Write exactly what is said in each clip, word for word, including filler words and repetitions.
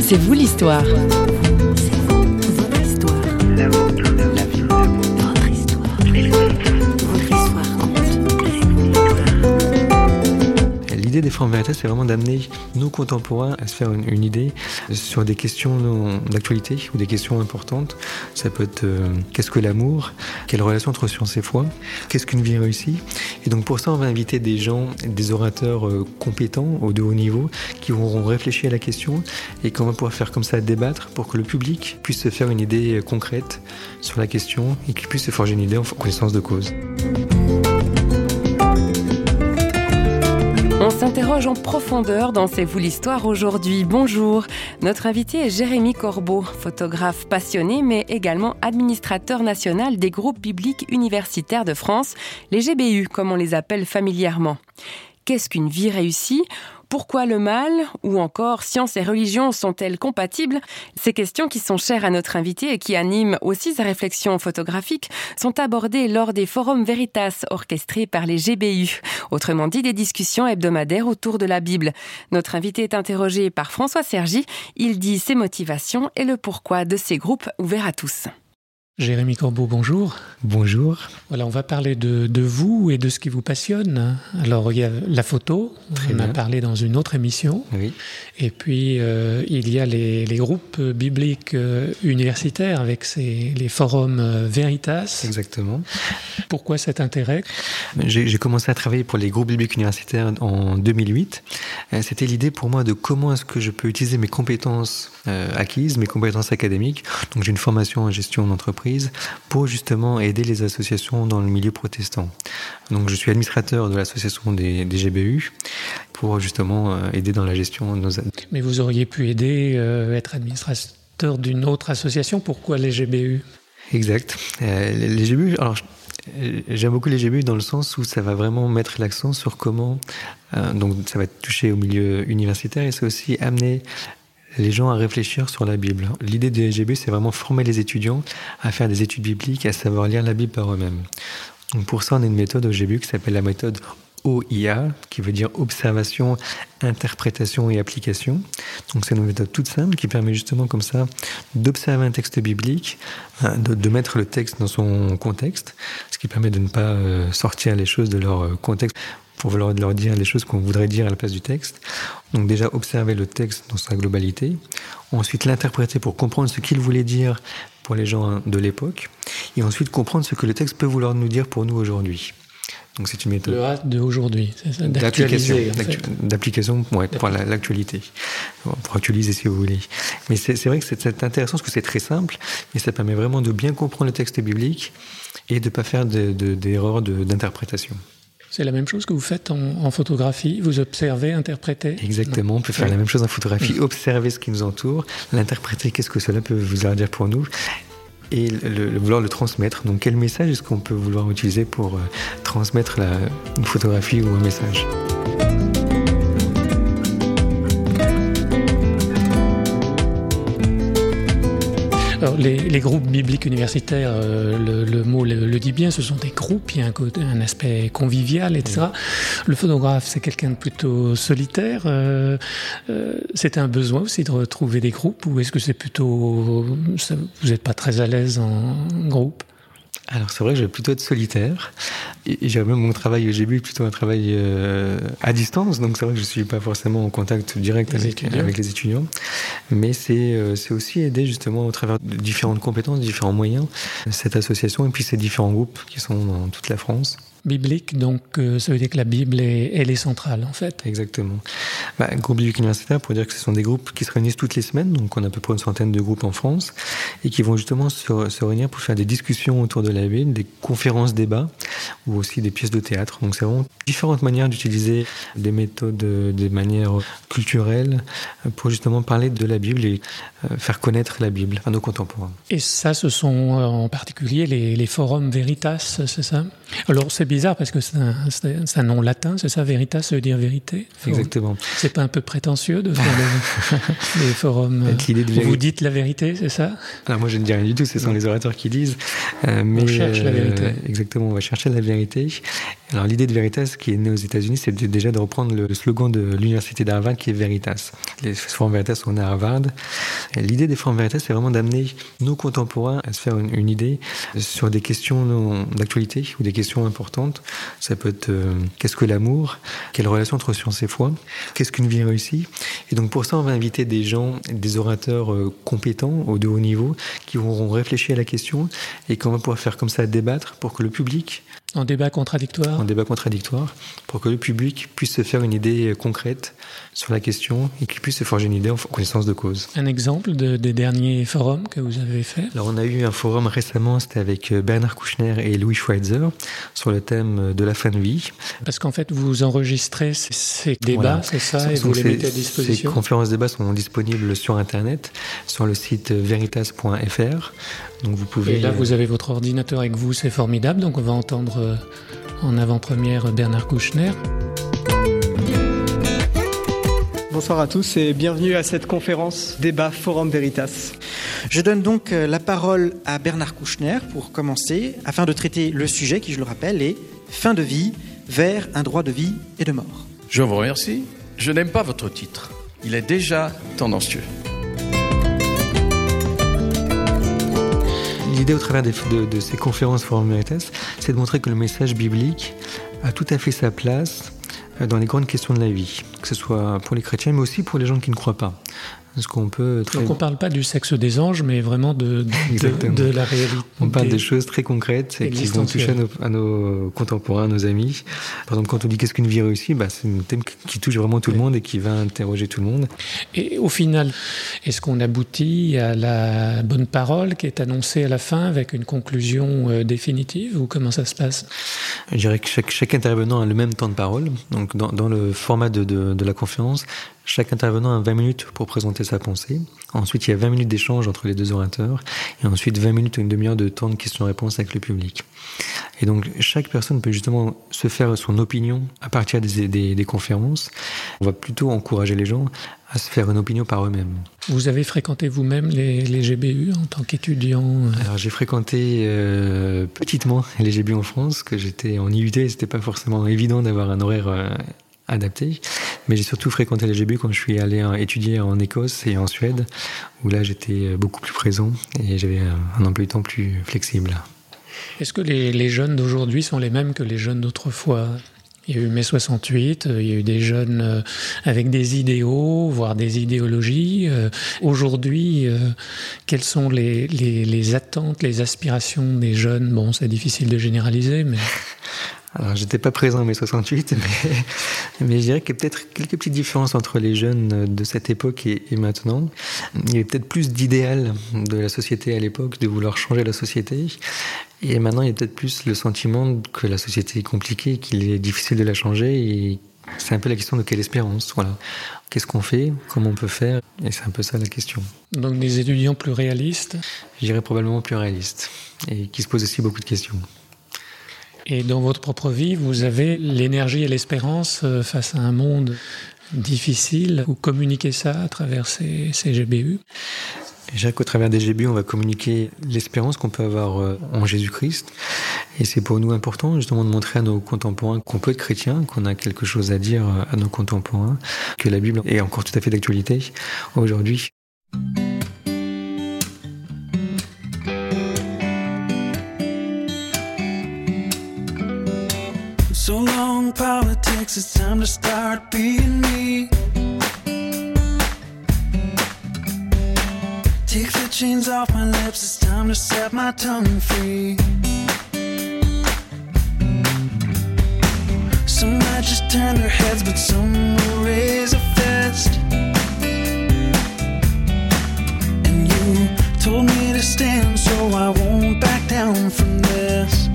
C'est vous l'histoire. C'est vous, votre histoire. La vôtre, la vie, votre histoire. Votre histoire compte. L'idée des Forum Veritas, c'est vraiment d'amener nos contemporains à se faire une, une idée sur des questions d'actualité ou des questions importantes. Ça peut être euh, qu'est-ce que l'amour, quelle relation entre science et foi, qu'est-ce qu'une vie réussie. Et donc pour ça, on va inviter des gens, des orateurs euh, compétents au de haut niveau qui vont réfléchir à la question et qu'on va pouvoir faire comme ça débattre pour que le public puisse se faire une idée concrète sur la question et qu'il puisse se forger une idée en connaissance de cause. On s'interroge en profondeur dans C'est vous l'histoire aujourd'hui. Bonjour. Notre invité est Jérémy Corbeau, photographe passionné mais également administrateur national des groupes bibliques universitaires de France, les G B U comme on les appelle familièrement. Qu'est-ce qu'une vie réussie ? Pourquoi le mal ? Ou encore, science et religion sont-elles compatibles ? Ces questions qui sont chères à notre invité et qui animent aussi sa réflexion photographique sont abordées lors des Forum Veritas orchestrés par les G B U. Autrement dit, des discussions hebdomadaires autour de la Bible. Notre invité est interrogé par François Sergi. Il dit ses motivations et le pourquoi de ces groupes ouverts à tous. Jérémy Corbeau, bonjour. Bonjour. Voilà, on va parler de, de vous et de ce qui vous passionne. Alors, il y a la photo, Très on bien. a parlé dans une autre émission. Oui. Et puis, euh, il y a les, les groupes bibliques euh, universitaires avec ces, les forums euh, Veritas. Exactement. Pourquoi cet intérêt ? J'ai, j'ai commencé à travailler pour les groupes bibliques universitaires en deux mille huit. Euh, C'était l'idée pour moi de comment est-ce que je peux utiliser mes compétences euh, acquises, mes compétences académiques. Donc j'ai une formation en gestion d'entreprise pour justement aider les associations dans le milieu protestant. Donc je suis administrateur de l'association des, des G B U pour justement euh, aider dans la gestion de nos... Mais vous auriez pu aider, euh, être administrateur d'une autre association. Pourquoi les G B U ? Exact. Euh, les, les G B U... Alors, j'aime beaucoup les G B U dans le sens où ça va vraiment mettre l'accent sur comment... Euh, donc ça va toucher au milieu universitaire et c'est aussi amener les gens à réfléchir sur la Bible. L'idée des G B U, c'est vraiment former les étudiants à faire des études bibliques, à savoir lire la Bible par eux-mêmes. Donc pour ça, on a une méthode au G B U qui s'appelle la méthode O I A, qui veut dire observation, interprétation et application. Donc c'est une méthode toute simple qui permet justement comme ça d'observer un texte biblique, de, de mettre le texte dans son contexte, ce qui permet de ne pas sortir les choses de leur contexte pour leur, leur dire les choses qu'on voudrait dire à la place du texte. Donc déjà observer le texte dans sa globalité, ensuite l'interpréter pour comprendre ce qu'il voulait dire pour les gens de l'époque, et ensuite comprendre ce que le texte peut vouloir nous dire pour nous aujourd'hui. Donc c'est une méthode Le hâte d'aujourd'hui, c'est ça, d'actualiser. D'application, en fait. d'application ouais, pour la, l'actualité, pour actualiser si vous voulez. Mais c'est, c'est vrai que c'est, c'est intéressant parce que c'est très simple, mais ça permet vraiment de bien comprendre le texte biblique et de ne pas faire de, de, d'erreurs de, d'interprétation. C'est la même chose que vous faites en, en photographie, vous observez, interprétez. Exactement, on peut faire oui. la même chose en photographie, observer ce qui nous entoure, l'interpréter, qu'est-ce que cela peut vous dire pour nous, et le, le, vouloir le transmettre. Donc quel message est-ce qu'on peut vouloir utiliser pour euh, transmettre la, une photographie ou un message ? Alors, les, les groupes bibliques universitaires, euh, le, le mot le, le dit bien, ce sont des groupes, il y a un, côté, un aspect convivial, et cetera. Oui. Le photographe, c'est quelqu'un de plutôt solitaire. Euh, euh, c'est un besoin aussi de retrouver des groupes, ou est-ce que c'est plutôt... Ça, vous n'êtes pas très à l'aise en groupe ? Alors c'est vrai que je vais plutôt être solitaire et, et j'ai même mon travail au G B U plutôt un travail euh, à distance, donc c'est vrai que je suis pas forcément en contact direct les avec, avec les étudiants, mais c'est, euh, c'est aussi aider justement au travers de différentes compétences, différents moyens, cette association et puis ces différents groupes qui sont dans toute la France. Biblique, donc euh, ça veut dire que la Bible est, elle est centrale en fait. Exactement. Bah, groupe biblique universitaire, pour dire que ce sont des groupes qui se réunissent toutes les semaines, donc on a à peu près une centaine de groupes en France, et qui vont justement se, se réunir pour faire des discussions autour de la Bible, des conférences débats, ou aussi des pièces de théâtre. Donc c'est vraiment différentes manières d'utiliser des méthodes, des manières culturelles, pour justement parler de la Bible et faire connaître la Bible à nos contemporains. Et ça, ce sont en particulier les, les forums Veritas, c'est ça ? Alors c'est bien bizarre parce que c'est un, c'est un nom latin, c'est ça, Veritas, ça veut dire vérité. Forum. Exactement. C'est pas un peu prétentieux de faire des, des forums l'idée de où vous dites la vérité, c'est ça? Alors moi je ne dis rien du tout, ce sont les orateurs qui disent. Euh, mais, on cherche la vérité. Euh, exactement, on va chercher la vérité. Alors l'idée de Veritas qui est née aux États-Unis, c'est déjà de reprendre le slogan de l'université d'Harvard qui est Veritas. Les forums Veritas sont nés à Harvard. Et l'idée des forums Veritas, c'est vraiment d'amener nos contemporains à se faire une, une idée sur des questions d'actualité ou des questions importantes. Ça peut être euh, qu'est-ce que l'amour, quelle relation entre science et foi, qu'est-ce qu'une vie réussie. Et donc pour ça, on va inviter des gens, des orateurs euh, compétents au de haut niveau qui vont réfléchir à la question et qu'on va pouvoir faire comme ça débattre pour que le public En débat contradictoire En débat contradictoire, pour que le public puisse se faire une idée concrète sur la question et qu'il puisse se forger une idée en connaissance de cause. Un exemple de, des derniers forums que vous avez fait? Alors on a eu un forum récemment, c'était avec Bernard Kouchner et Louis Schweitzer, sur le thème de la fin de vie. Parce qu'en fait, vous enregistrez ces, ces débats, voilà. C'est ça, et Donc vous les mettez à disposition? Ces conférences débats sont disponibles sur Internet, sur le site veritas point f r. Donc vous pouvez... Et là, vous avez votre ordinateur avec vous, c'est formidable. Donc on va entendre euh, en avant-première Bernard Kouchner. Bonsoir à tous et bienvenue à cette conférence Débat Forum Veritas. Je donne donc la parole à Bernard Kouchner pour commencer, afin de traiter le sujet qui, je le rappelle, est fin de vie vers un droit de vie et de mort. Je vous remercie. Je n'aime pas votre titre. Il est déjà tendancieux. L'idée au travers des, de, de ces conférences Forum Veritas, c'est de montrer que le message biblique a tout à fait sa place dans les grandes questions de la vie, que ce soit pour les chrétiens, mais aussi pour les gens qui ne croient pas. Est-ce qu'on peut très... Donc on ne parle pas du sexe des anges, mais vraiment de, de, de, de la réalité. On parle des choses très concrètes et qui vont toucher à nos, à nos contemporains, à nos amis. Par exemple, quand on dit qu'est-ce qu'une vie réussie, bah, c'est un thème qui touche vraiment tout le monde et qui va interroger tout le monde. Et au final, est-ce qu'on aboutit à la bonne parole qui est annoncée à la fin avec une conclusion euh, définitive, ou comment ça se passe? Je dirais que chaque, chaque intervenant a le même temps de parole. Donc dans, dans le format de, de, de la conférence, chaque intervenant a vingt minutes pour présenter sa pensée. Ensuite, il y a vingt minutes d'échange entre les deux orateurs. Et ensuite, vingt minutes ou une demi-heure de temps de questions-réponses avec le public. Et donc, chaque personne peut justement se faire son opinion à partir des, des, des conférences. On va plutôt encourager les gens à se faire une opinion par eux-mêmes. Vous avez fréquenté vous-même les, les G B U en tant qu'étudiant? Alors, j'ai fréquenté euh, petitement les G B U en France, que j'étais en I U T, et c'était pas forcément évident d'avoir un horaire euh, adapté. Mais j'ai surtout fréquenté les G B U quand je suis allé étudier en Écosse et en Suède, où là j'étais beaucoup plus présent et j'avais un emploi du temps plus flexible. Est-ce que les, les jeunes d'aujourd'hui sont les mêmes que les jeunes d'autrefois? Il y a eu mai soixante-huit, il y a eu des jeunes avec des idéaux, voire des idéologies. Aujourd'hui, quelles sont les, les, les attentes, les aspirations des jeunes? Bon, c'est difficile de généraliser, mais... Alors, j'étais pas présent en mai soixante-huit, mais, mais je dirais qu'il y a peut-être quelques petites différences entre les jeunes de cette époque et, et maintenant. Il y avait peut-être plus d'idéal de la société à l'époque, de vouloir changer la société. Et maintenant, il y a peut-être plus le sentiment que la société est compliquée, qu'il est difficile de la changer. Et c'est un peu la question de quelle espérance, voilà. Qu'est-ce qu'on fait? Comment on peut faire? Et c'est un peu ça la question. Donc des étudiants plus réalistes? Je dirais probablement plus réalistes. Et qui se posent aussi beaucoup de questions. Et dans votre propre vie, vous avez l'énergie et l'espérance face à un monde difficile. Vous communiquez ça à travers ces, ces G B U? Je dirais qu'au travers des G B U, on va communiquer l'espérance qu'on peut avoir en Jésus-Christ. Et c'est pour nous important justement de montrer à nos contemporains qu'on peut être chrétien, qu'on a quelque chose à dire à nos contemporains, que la Bible est encore tout à fait d'actualité aujourd'hui. So long politics, it's time to start being me. Take the chains off my lips, it's time to set my tongue free. Some might just turn their heads, but some will raise a fist. And you told me to stand, so I won't back down from this.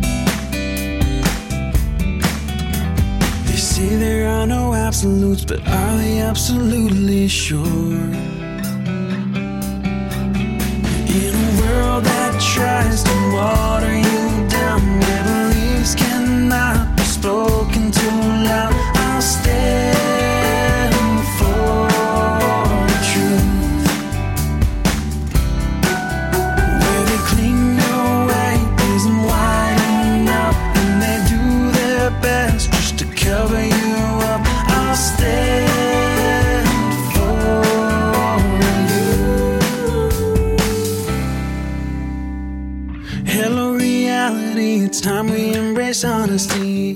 Say there are no absolutes, but are they absolutely sure? In a world that tries to water you down, where beliefs cannot It's time we embrace honesty.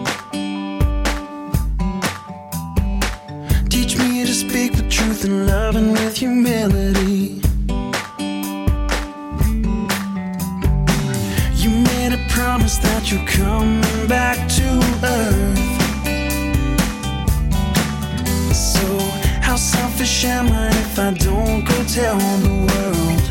Teach me to speak with truth and love and with humility. You made a promise that you're coming back to earth. So how selfish am I if I don't go tell the world?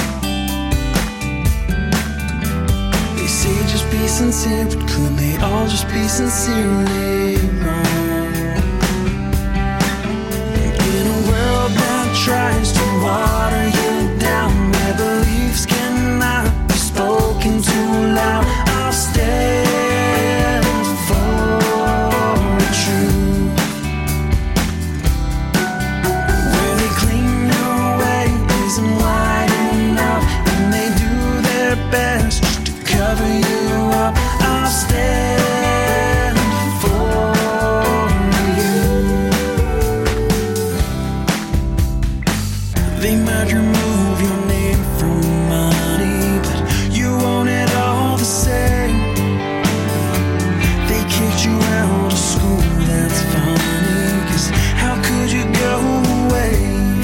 They say just be sincere, but could they all just be sincerely wrong? In a world that tries to water you down, where beliefs cannot be spoken too loud, I'll stand for truth. Where they claim your way isn't wide enough, and they do their best just to cover you up, I'll stand for you. They might remove your name from money, but you own it all the same. They kicked you out of school, that's funny, 'cause how could you go away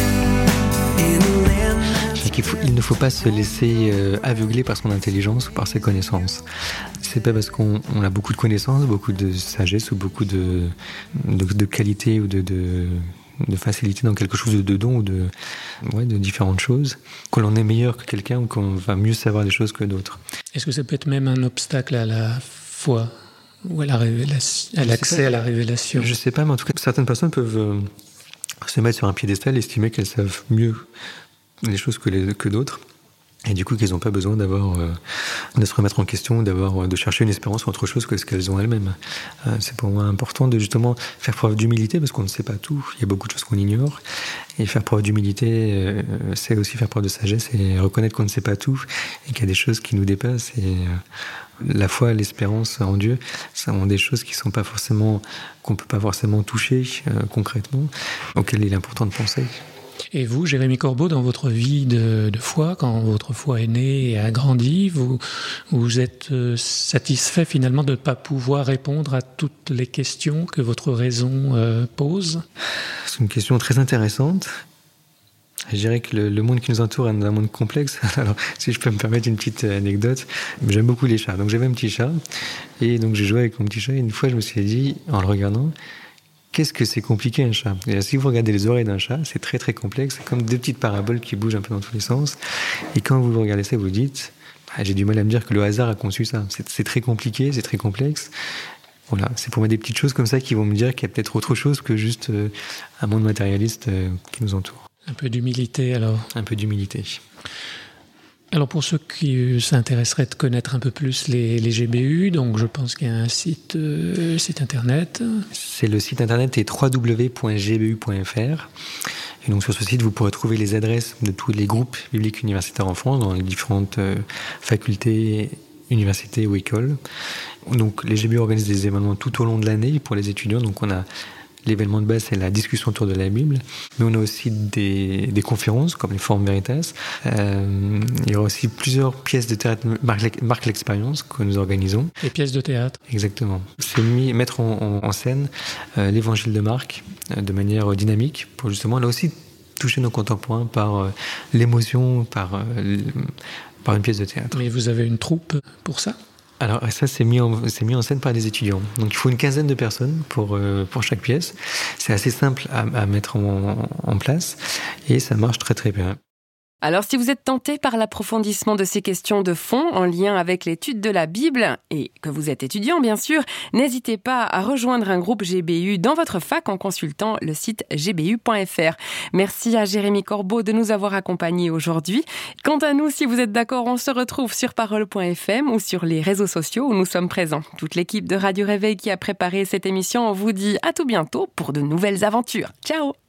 in a land that's C'est qu'il faut- il ne faut pas se laisser euh, aveugler par son intelligence ou par ses connaissances. C'est pas parce qu'on on a beaucoup de connaissances, beaucoup de sagesse ou beaucoup de, de, de qualité ou de, de, de facilité dans quelque chose de, de don ou de, ouais, de différentes choses, que l'on est meilleur que quelqu'un ou qu'on va mieux savoir des choses que d'autres. Est-ce que ça peut être même un obstacle à la foi ou à la révélation, à Je l'accès sais pas. à la révélation? Je sais pas, mais en tout cas, certaines personnes peuvent euh, se mettre sur un piédestal et estimer qu'elles savent mieux les choses que, les, que d'autres. Et du coup, qu'elles n'ont pas besoin d'avoir, euh, de se remettre en question, d'avoir, euh, de chercher une espérance ou autre chose que ce qu'elles ont elles-mêmes. Euh, c'est pour moi important de justement faire preuve d'humilité parce qu'on ne sait pas tout. Il y a beaucoup de choses qu'on ignore. Et faire preuve d'humilité, euh, c'est aussi faire preuve de sagesse et reconnaître qu'on ne sait pas tout et qu'il y a des choses qui nous dépassent. Et euh, la foi, l'espérance en Dieu, ça sont des choses qui sont pas forcément, qu'on peut pas forcément toucher euh, concrètement, auxquelles il est important de penser. Et vous, Jérémie Corbeau, dans votre vie de, de foi, quand votre foi est née et a grandi, vous, vous êtes euh, satisfait finalement de ne pas pouvoir répondre à toutes les questions que votre raison euh, pose? C'est une question très intéressante. Je dirais que le, le monde qui nous entoure est un monde complexe. Alors, si je peux me permettre une petite anecdote, j'aime beaucoup les chats. Donc, j'avais un petit chat, et donc j'ai joué avec mon petit chat. Et une fois, je me suis dit, en le regardant, qu'est-ce que c'est compliqué un chat? Et si vous regardez les oreilles d'un chat, c'est très très complexe. C'est comme deux petites paraboles qui bougent un peu dans tous les sens. Et quand vous regardez ça, vous dites, ah, j'ai du mal à me dire que le hasard a conçu ça. C'est, c'est très compliqué, c'est très complexe. Voilà, c'est pour moi des petites choses comme ça qui vont me dire qu'il y a peut-être autre chose que juste euh, un monde matérialiste euh, qui nous entoure. Un peu d'humilité alors. Un peu d'humilité. Alors pour ceux qui s'intéresseraient de connaître un peu plus les, les G B U, donc je pense qu'il y a un site, euh, site internet. C'est le site internet est w w w point g b u point f r. Et donc sur ce site, vous pourrez trouver les adresses de tous les groupes bibliques universitaires en France, dans les différentes euh, facultés, universités ou écoles. Donc les G B U organisent des événements tout au long de l'année pour les étudiants. Donc on a l'événement de base, c'est la discussion autour de la Bible, mais on a aussi des, des conférences comme les Forums Veritas. Euh, il y aura aussi plusieurs pièces de théâtre marque, marque l'expérience que nous organisons. Les pièces de théâtre. Exactement. C'est mis, mettre en, en, en scène euh, l'évangile de Marc euh, de manière dynamique pour justement là aussi toucher nos contemporains par euh, l'émotion, par, euh, par une pièce de théâtre. Mais vous avez une troupe pour ça ? Alors ça, c'est mis, en, c'est mis en scène par des étudiants. Donc il faut une quinzaine de personnes pour, euh, pour chaque pièce. C'est assez simple à, à mettre en, en place et ça marche très très bien. Alors si vous êtes tenté par l'approfondissement de ces questions de fond en lien avec l'étude de la Bible et que vous êtes étudiant bien sûr, n'hésitez pas à rejoindre un groupe G B U dans votre fac en consultant le site g b u point f r. Merci à Jérémie Corbeau de nous avoir accompagnés aujourd'hui. Quant à nous, si vous êtes d'accord, on se retrouve sur parole point f m ou sur les réseaux sociaux où nous sommes présents. Toute l'équipe de Radio Réveil qui a préparé cette émission, on vous dit à tout bientôt pour de nouvelles aventures. Ciao!